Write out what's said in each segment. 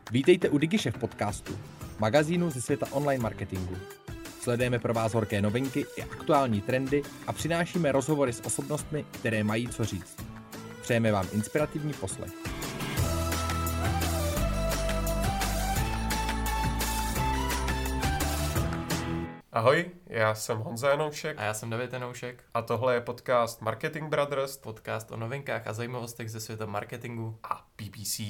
Vítejte u DigiShef podcastu, magazínu ze světa online marketingu. Sledujeme pro vás horké novinky i aktuální trendy a přinášíme rozhovory s osobnostmi, které mají co říct. Přejeme vám inspirativní poslech. Ahoj, já jsem Honza Janoušek. A já jsem David Janoušek. A tohle je podcast Marketing Brothers. Podcast o novinkách a zajímavostech ze světa marketingu a PPC.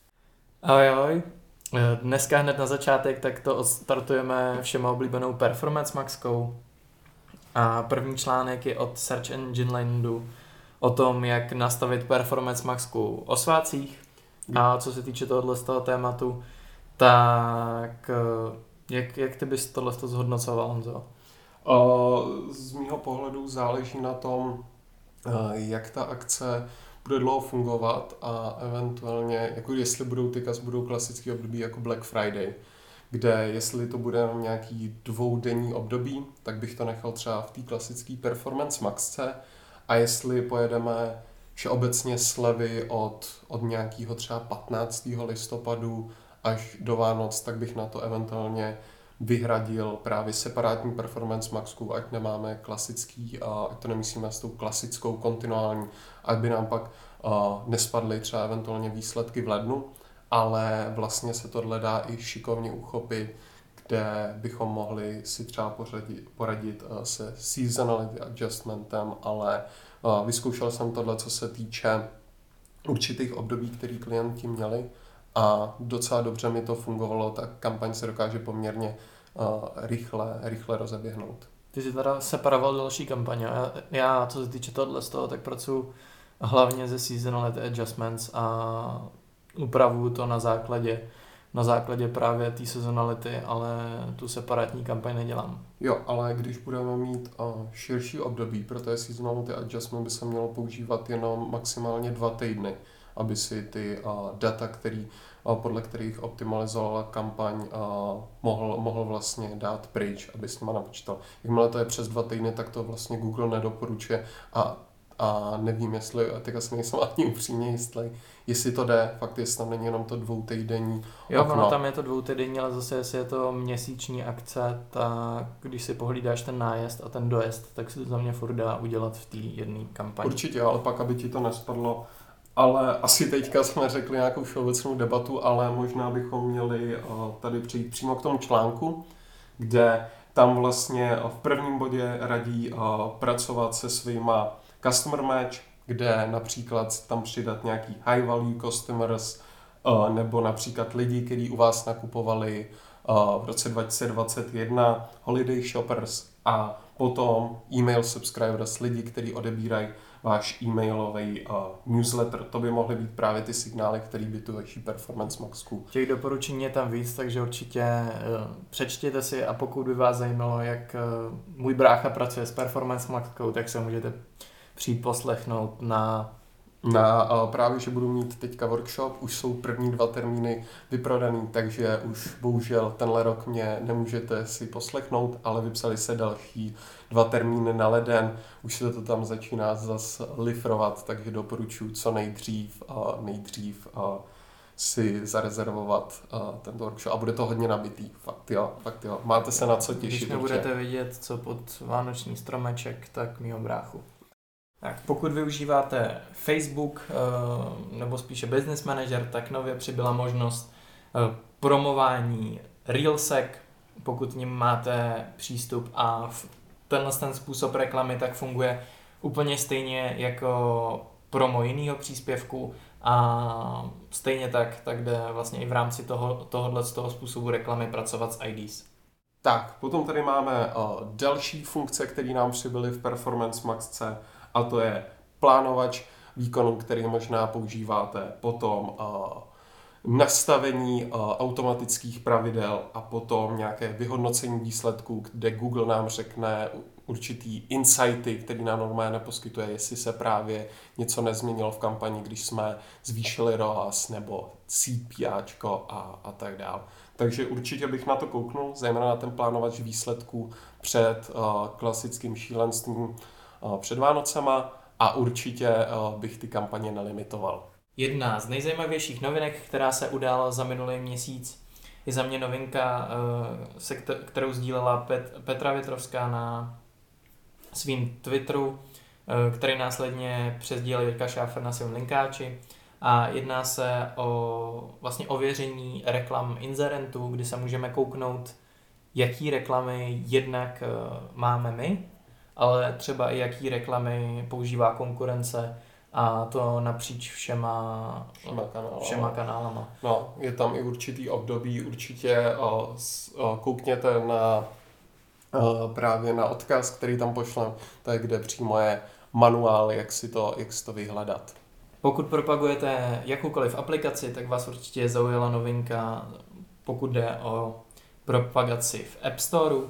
Ahoj. Dneska hned na začátek tak to startujeme všema oblíbenou Performance Maxkou. A první článek je od Search Engine Landu o tom, jak nastavit Performance Maxku o svátcích. A co se týče tohohle z toho tématu, tak jak ty bys tohle zhodnocoval, Honzo? Z mýho pohledu záleží na tom, jak ta akce bude dlouho fungovat a eventuálně, jako jestli budou klasické období jako Black Friday, kde jestli to bude nějaký dvoudenní období, tak bych to nechal třeba v té klasické Performance Maxce, a jestli pojedeme všeobecně slevy od nějakého třeba 15. listopadu až do Vánoc, tak bych na to eventuálně vyhradil právě separátní Performance Maxku, ať nemáme klasický, ať to nemyslíme s tou klasickou kontinuální, ať by nám pak nespadly třeba eventuálně výsledky v lednu, ale vlastně se tohle dá i šikovně uchopit, kde bychom mohli si třeba poradit se seasonality adjustmentem, ale vyzkoušel jsem tohle, co se týče určitých období, který klienti měli, a docela dobře mi to fungovalo, tak kampaň se dokáže poměrně rychle rozeběhnout. Ty jsi teda separoval další kampaně. Já co se týče tohle z toho, tak pracuji hlavně ze seasonality adjustments a upravuju to na základě právě té sezonality, ale tu separátní kampaň nedělám. Jo, ale když budeme mít širší období, protože seasonality adjustment by se mělo používat jenom maximálně 2 týdny, aby si ty data, podle kterých optimalizovala kampaň, mohl vlastně dát pryč, aby s nima napočítal. Jakmile to je přes 2 týdny, tak to vlastně Google nedoporučuje a nevím, jestli, a teďka si nejsem ani upřímně jistý, jestli to jde, fakt jestli tam není jenom to 2týdenní Jo, ono tam je to 2týdenní, ale zase jestli je to měsíční akce, tak když si pohlídáš ten nájezd a ten dojezd, tak se to za mě furt dá udělat v té jedné kampani. Určitě, ale pak, aby ti to nespadlo. Ale asi teďka jsme řekli nějakou všeobecnou debatu, ale možná bychom měli tady přejít přímo k tomu článku, kde tam vlastně v prvním bodě radí pracovat se svýma customer match, kde například tam přidat nějaký high value customers, nebo například lidi, kteří u vás nakupovali v roce 2021 holiday shoppers, a potom email subscribers, lidi, kteří odebírají váš e-mailový newsletter. To by mohly být právě ty signály, které by tu vaší Performance Maxku. Těch doporučení je tam víc, takže určitě přečtěte si, a pokud by vás zajímalo, jak můj brácha pracuje s Performance Maxkou, tak se můžete přijít poslechnout na právě, že budu mít teďka workshop, už jsou první 2 termíny vyprodaný, takže už bohužel tenhle rok mě nemůžete si poslechnout, ale vypsali se další 2 termíny na leden, už se to tam začíná zase lifrovat, takže doporučuji co nejdřív si zarezervovat tento workshop, a bude to hodně nabitý, fakt jo, máte se na co těšit. Když nebudete vidět, co pod vánoční stromeček, tak mýho bráchu. Tak pokud využíváte Facebook nebo spíše Business Manager, tak nově přibyla možnost promování Reelsek, pokud k nim máte přístup, a ten způsob reklamy tak funguje úplně stejně jako promo jiného příspěvku, a stejně tak jde vlastně i v rámci tohohle z toho způsobu reklamy pracovat s IDs. Tak, potom tady máme další funkce, které nám přibyly v Performance Maxce, a to je plánovač výkonu, který možná používáte, potom nastavení automatických pravidel a potom nějaké vyhodnocení výsledků, kde Google nám řekne určitý insighty, který nám normálně neposkytuje, jestli se právě něco nezměnilo v kampani, když jsme zvýšili ROAS nebo CPAčko a tak dále. Takže určitě bych na to kouknul, zejména na ten plánovač výsledků před klasickým šílenstvím před Vánocema, a určitě bych ty kampaně nelimitoval. Jedna z nejzajímavějších novinek, která se udála za minulý měsíc, je za mě novinka, kterou sdílela Petra Větrovská na svým Twitteru, který následně přesdílel Jirka Šáfer na svém linkáči. A jedná se o vlastně ověření reklam inzerentů, kdy se můžeme kouknout, jaký reklamy jednak máme my, ale třeba i jaký reklamy používá konkurence, a to napříč všema kanálama. No, je tam i určitý období, určitě koukněte na právě na odkaz, který tam pošlem, to je, kde přímo je manuál, jak si to vyhledat. Pokud propagujete jakoukoliv aplikaci, tak vás určitě zaujala novinka, pokud jde o propagaci v App Storeu.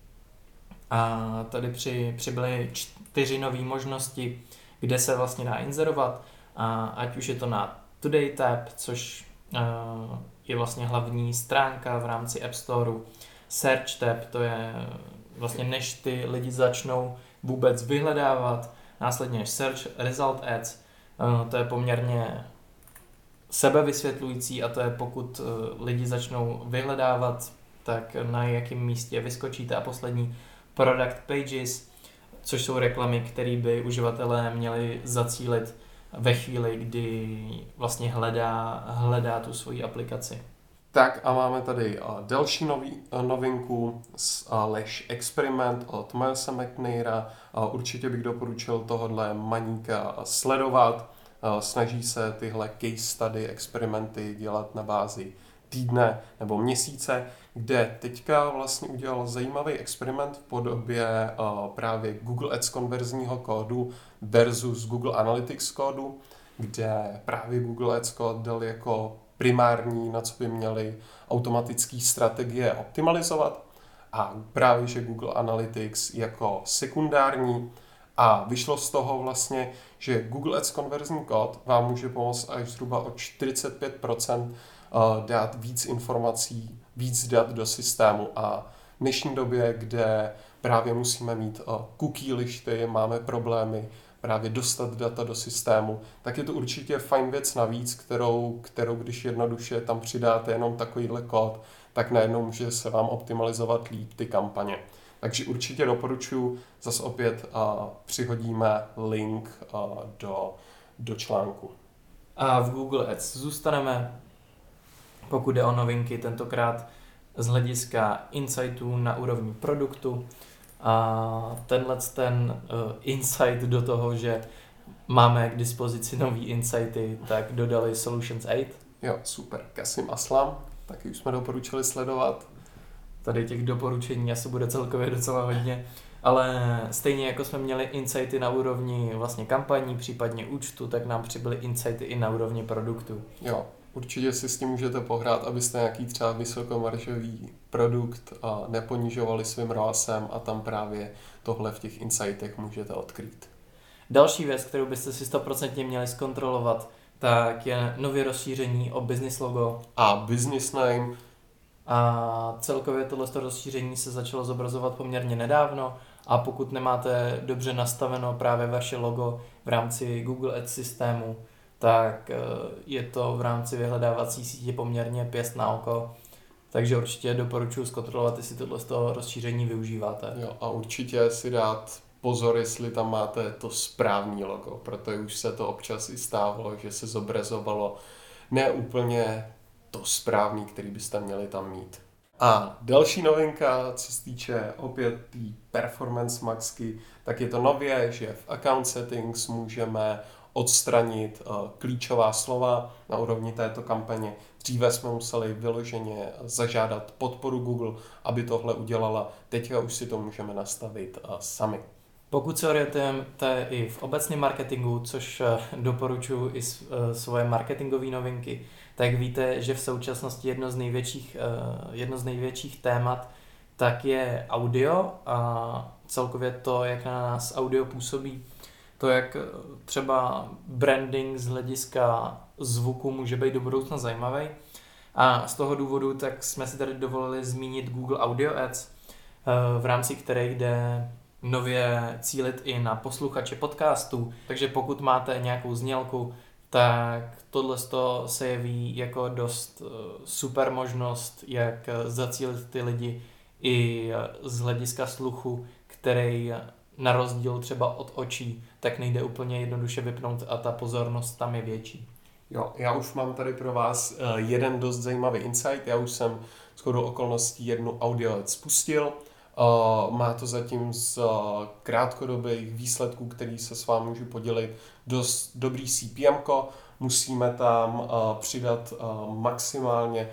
A tady přibyly 4 nové možnosti, kde se vlastně dá inzerovat, a ať už je to na Today tab, což je vlastně hlavní stránka v rámci App Storeu, Search tab, to je vlastně než ty lidi začnou vůbec vyhledávat, následně Search Result Ads, to je poměrně sebevysvětlující, a to je pokud lidi začnou vyhledávat, tak na jakém místě vyskočíte, a poslední Product Pages, což jsou reklamy, které by uživatelé měli zacílit ve chvíli, kdy vlastně hledá tu svoji aplikaci. Tak a máme tady další novinku Lash Experiment od Milesa McNaira. Určitě bych doporučil tohodle maníka sledovat. Snaží se tyhle case study experimenty dělat na bázi týdne nebo měsíce, kde teďka vlastně udělal zajímavý experiment v podobě právě Google Ads konverzního kódu versus Google Analytics kódu, kde právě Google Ads kód dal jako primární, na co by měli automatické strategie optimalizovat, a právě že Google Analytics jako sekundární. A vyšlo z toho vlastně, že Google Ads konverzní kód vám může pomoct až zhruba o 45% dát víc informací, víc dat do systému. A v dnešní době, kde právě musíme mít cookie lišty, máme problémy právě dostat data do systému, tak je to určitě fajn věc navíc, kterou když jednoduše tam přidáte jenom takovýhle kód, tak najednou může se vám optimalizovat líp ty kampaně. Takže určitě doporučuji, zase opět přihodíme link do článku. A v Google Ads zůstaneme, pokud jde o novinky, tentokrát z hlediska insightů na úrovni produktu. A ten insight do toho, že máme k dispozici nový insighty, tak dodali Solutions 8. Jo, super. Kasim Aslam, taky už jsme doporučili sledovat. Tady těch doporučení asi bude celkově docela hodně, ale stejně jako jsme měli insighty na úrovni vlastně kampaní, případně účtu, tak nám přibyly insighty i na úrovni produktu. Jo, určitě si s tím můžete pohrát, abyste nějaký třeba vysokomaržový produkt neponižovali svým ROASem, a tam právě tohle v těch insightech můžete odkrýt. Další věc, kterou byste si 100% měli zkontrolovat, tak je nově rozšíření o business logo a business name. A celkově tohleto rozšíření se začalo zobrazovat poměrně nedávno, a pokud nemáte dobře nastaveno právě vaše logo v rámci Google Ads systému, tak je to v rámci vyhledávací sítě poměrně pěst na oko. Takže určitě doporučuji zkontrolovat, jestli tohleto rozšíření využíváte. Jo, a určitě si dát pozor, jestli tam máte to správný logo, protože už se to občas i stávalo, že se zobrazovalo ne úplně to správný, který byste měli tam mít. A další novinka, co se týče opět té Performance Maxky, tak je to nově, že v Account Settings můžeme odstranit klíčová slova na úrovni této kampaně. Dříve jsme museli vyloženě zažádat podporu Google, aby tohle udělala. Teďka už si to můžeme nastavit sami. Pokud se orientujete i v obecném marketingu, což doporučuji i svoje marketingové novinky, tak víte, že v současnosti jedno z největších témat tak je audio a celkově to, jak na nás audio působí. To, jak třeba branding z hlediska zvuku může být do budoucna zajímavý. A z toho důvodu tak jsme si tady dovolili zmínit Google Audio Ads, v rámci které jde nově cílit i na posluchače podcastů. Takže pokud máte nějakou znělku, tak tohle se jeví jako dost super možnost, jak zacílit ty lidi i z hlediska sluchu, který na rozdíl třeba od očí, tak nejde úplně jednoduše vypnout a ta pozornost tam je větší. Jo, já už mám tady pro vás jeden dost zajímavý insight. Já už jsem shodou okolností jednu audio ad spustil. Má to zatím z krátkodobých výsledků, který se s vámi můžu podělit, dost dobrý CPM. Musíme tam přidat maximálně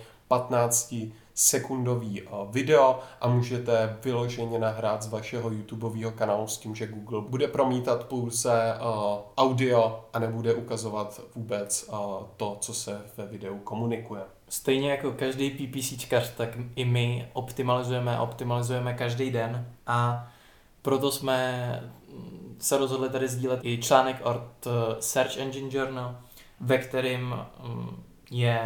15-sekundový video a můžete vyloženě nahrát z vašeho YouTubeového kanálu s tím, že Google bude promítat pouze audio a nebude ukazovat vůbec to, co se ve videu komunikuje. Stejně jako každý PPCčkař, tak i my optimalizujeme každý den a proto jsme se rozhodli tady sdílet i článek od Search Engine Journal, ve kterém je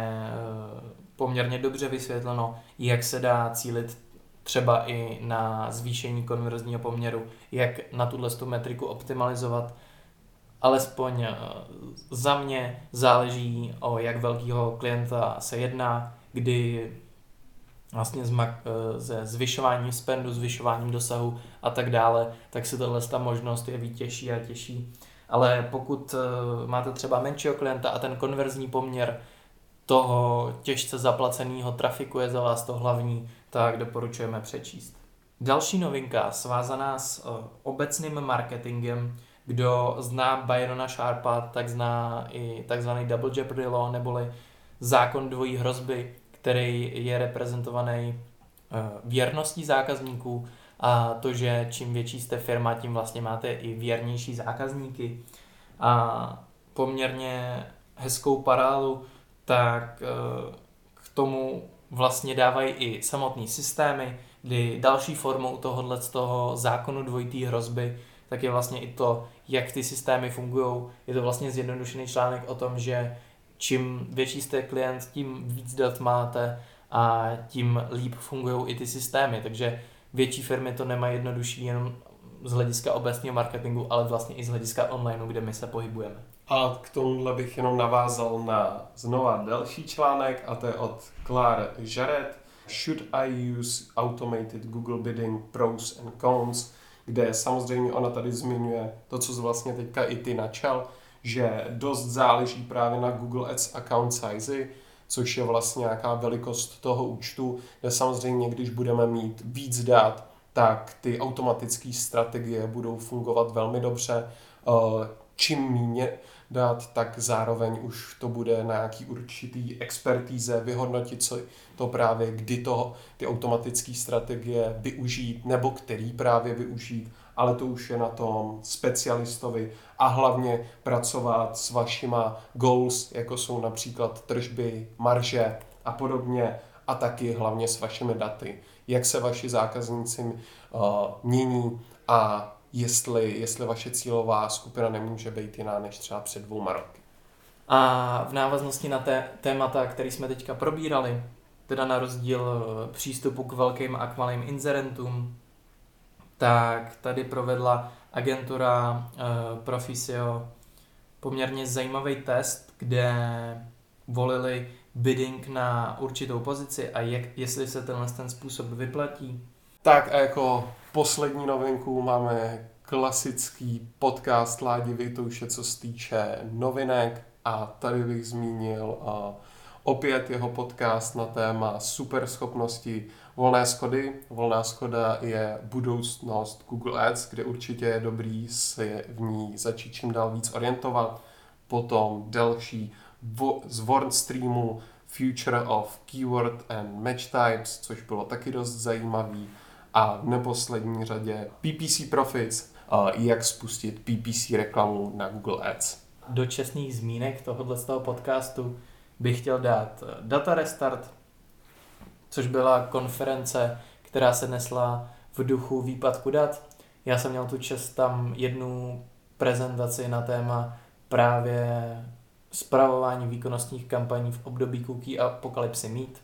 poměrně dobře vysvětleno, jak se dá cílit třeba i na zvýšení konverzního poměru, jak na tuto metriku optimalizovat. Alespoň za mě záleží, o jak velkého klienta se jedná, kdy vlastně se zvyšováním spendu, zvyšováním dosahu a tak dále, tak se ta možnost jeví těžší a těžší. Ale pokud máte třeba menšího klienta a ten konverzní poměr toho těžce zaplaceného trafiku je za vás to hlavní, tak doporučujeme přečíst. Další novinka svázaná s obecným marketingem. Kdo zná Byrona Sharpa, tak zná i takzvaný Double Jeopardy Law, neboli zákon dvojí hrozby, který je reprezentovaný věrností zákazníků a to, že čím větší jste firma, tím vlastně máte i věrnější zákazníky. A poměrně hezkou paralelu, tak k tomu vlastně dávají i samotný systémy, kdy další formou tohohle z toho zákonu dvojité hrozby tak je vlastně i to, jak ty systémy fungují. Je to vlastně zjednodušený článek o tom, že čím větší jste klient, tím víc dat máte a tím líp fungují i ty systémy. Takže větší firmy to nemají jednodušší jenom z hlediska obecného marketingu, ale vlastně i z hlediska online, kde my se pohybujeme. A k tomuhle bych jenom navázal na znova další článek, a to je od Claire Jarrett. Should I use automated Google bidding, pros and cons? Kde samozřejmě ona tady zmiňuje to, co vlastně teďka i ty načal, že dost záleží právě na Google Ads account size, což je vlastně nějaká velikost toho účtu, kde samozřejmě, když budeme mít víc dat, tak ty automatické strategie budou fungovat velmi dobře. Čím méně dat, tak zároveň už to bude na nějaký určitý expertíze vyhodnotit, co to právě, kdy ty automatické strategie využít, nebo který právě využít, ale to už je na tom specialistovi a hlavně pracovat s vašima goals, jako jsou například tržby, marže a podobně, a taky hlavně s vašimi daty, jak se vaši zákazníci mění a jestli vaše cílová skupina nemůže být jiná než třeba před 2 roky. A v návaznosti na témata, které jsme teďka probírali, teda na rozdíl přístupu k velkým a k malým inzerentům, tak tady provedla agentura Profisio poměrně zajímavý test, kde volili bidding na určitou pozici a jestli se ten způsob vyplatí. Tak a jako poslední novinku máme klasický podcast Ládi Vejtouše, co se týče novinek, a tady bych zmínil opět jeho podcast na téma superschopnosti volné Škody. Volná Škoda je budoucnost Google Ads, kde určitě je dobrý si v ní začít čím dál víc orientovat. Potom další z WordStreamu Future of Keyword and Match Types, což bylo taky dost zajímavý. A v neposlední řadě PPC Profits, jak spustit PPC reklamu na Google Ads. Do čestných zmínek tohohle z toho podcastu bych chtěl dát Data Restart, což byla konference, která se nesla v duchu výpadku dat. Já jsem měl tu čest tam jednu prezentaci na téma právě spravování výkonnostních kampaní v období cookie apokalypsy mít.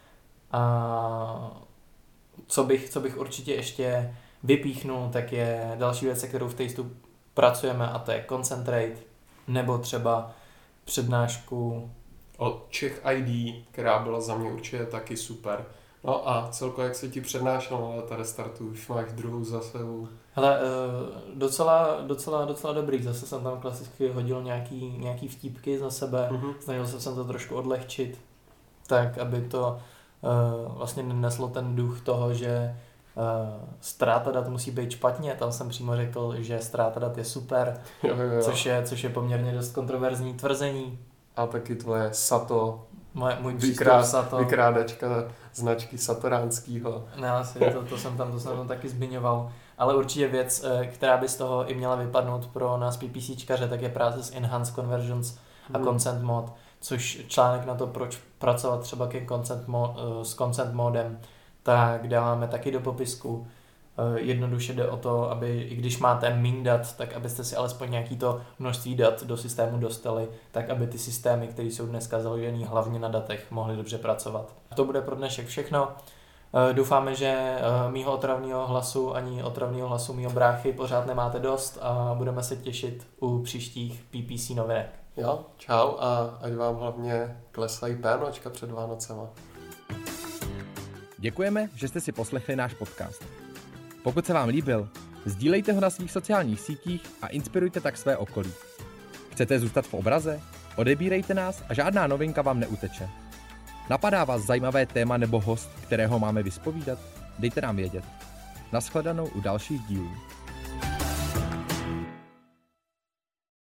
A co bych určitě ještě vypíchnul, tak je další věc, se kterou v Tasteu pracujeme, a to je Concentrate, nebo třeba přednášku od Czech ID, která byla za mě určitě taky super. No a celkově, jak se ti přednášel na Data Restartu, už máš druhou za sebou. Hele, docela dobrý, zase jsem tam klasicky hodil nějaký vtípky za sebe, snažil jsem se to trošku odlehčit, tak aby to vlastně neneslo ten duch toho, že ztráta dat musí být špatně, tam jsem přímo řekl, že ztráta dat je super, Jo. což je poměrně dost kontroverzní tvrzení. A taky tvoje Sato, Můj přístup Sato. vykrádačka značky Satoránskýho. Ne, asi to jsem tam taky zmiňoval. Ale určitě věc, která by z toho i měla vypadnout pro nás PPCčkaře, tak je práce s Enhanced Conversions a Consent Mod, což článek na to, proč pracovat třeba s Consent Modem, tak dáváme taky do popisku. Jednoduše jde o to, aby i když máte míň dat, tak abyste si alespoň nějaký to množství dat do systému dostali, tak aby ty systémy, které jsou dneska založené hlavně na datech, mohly dobře pracovat. To bude pro dnešek všechno. Doufáme, že mýho otravného hlasu ani otravného hlasu mýho bráchy pořád nemáte dost a budeme se těšit u příštích PPC novinek. Jo, čau a ať vám hlavně klesají pénočka před Vánocema. Děkujeme, že jste si poslechli náš podcast. Pokud se vám líbil, sdílejte ho na svých sociálních sítích a inspirujte tak své okolí. Chcete zůstat v obraze? Odebírejte nás a žádná novinka vám neuteče. Napadá vás zajímavé téma nebo host, kterého máme vyspovídat? Dejte nám vědět. Nashledanou u dalších dílů.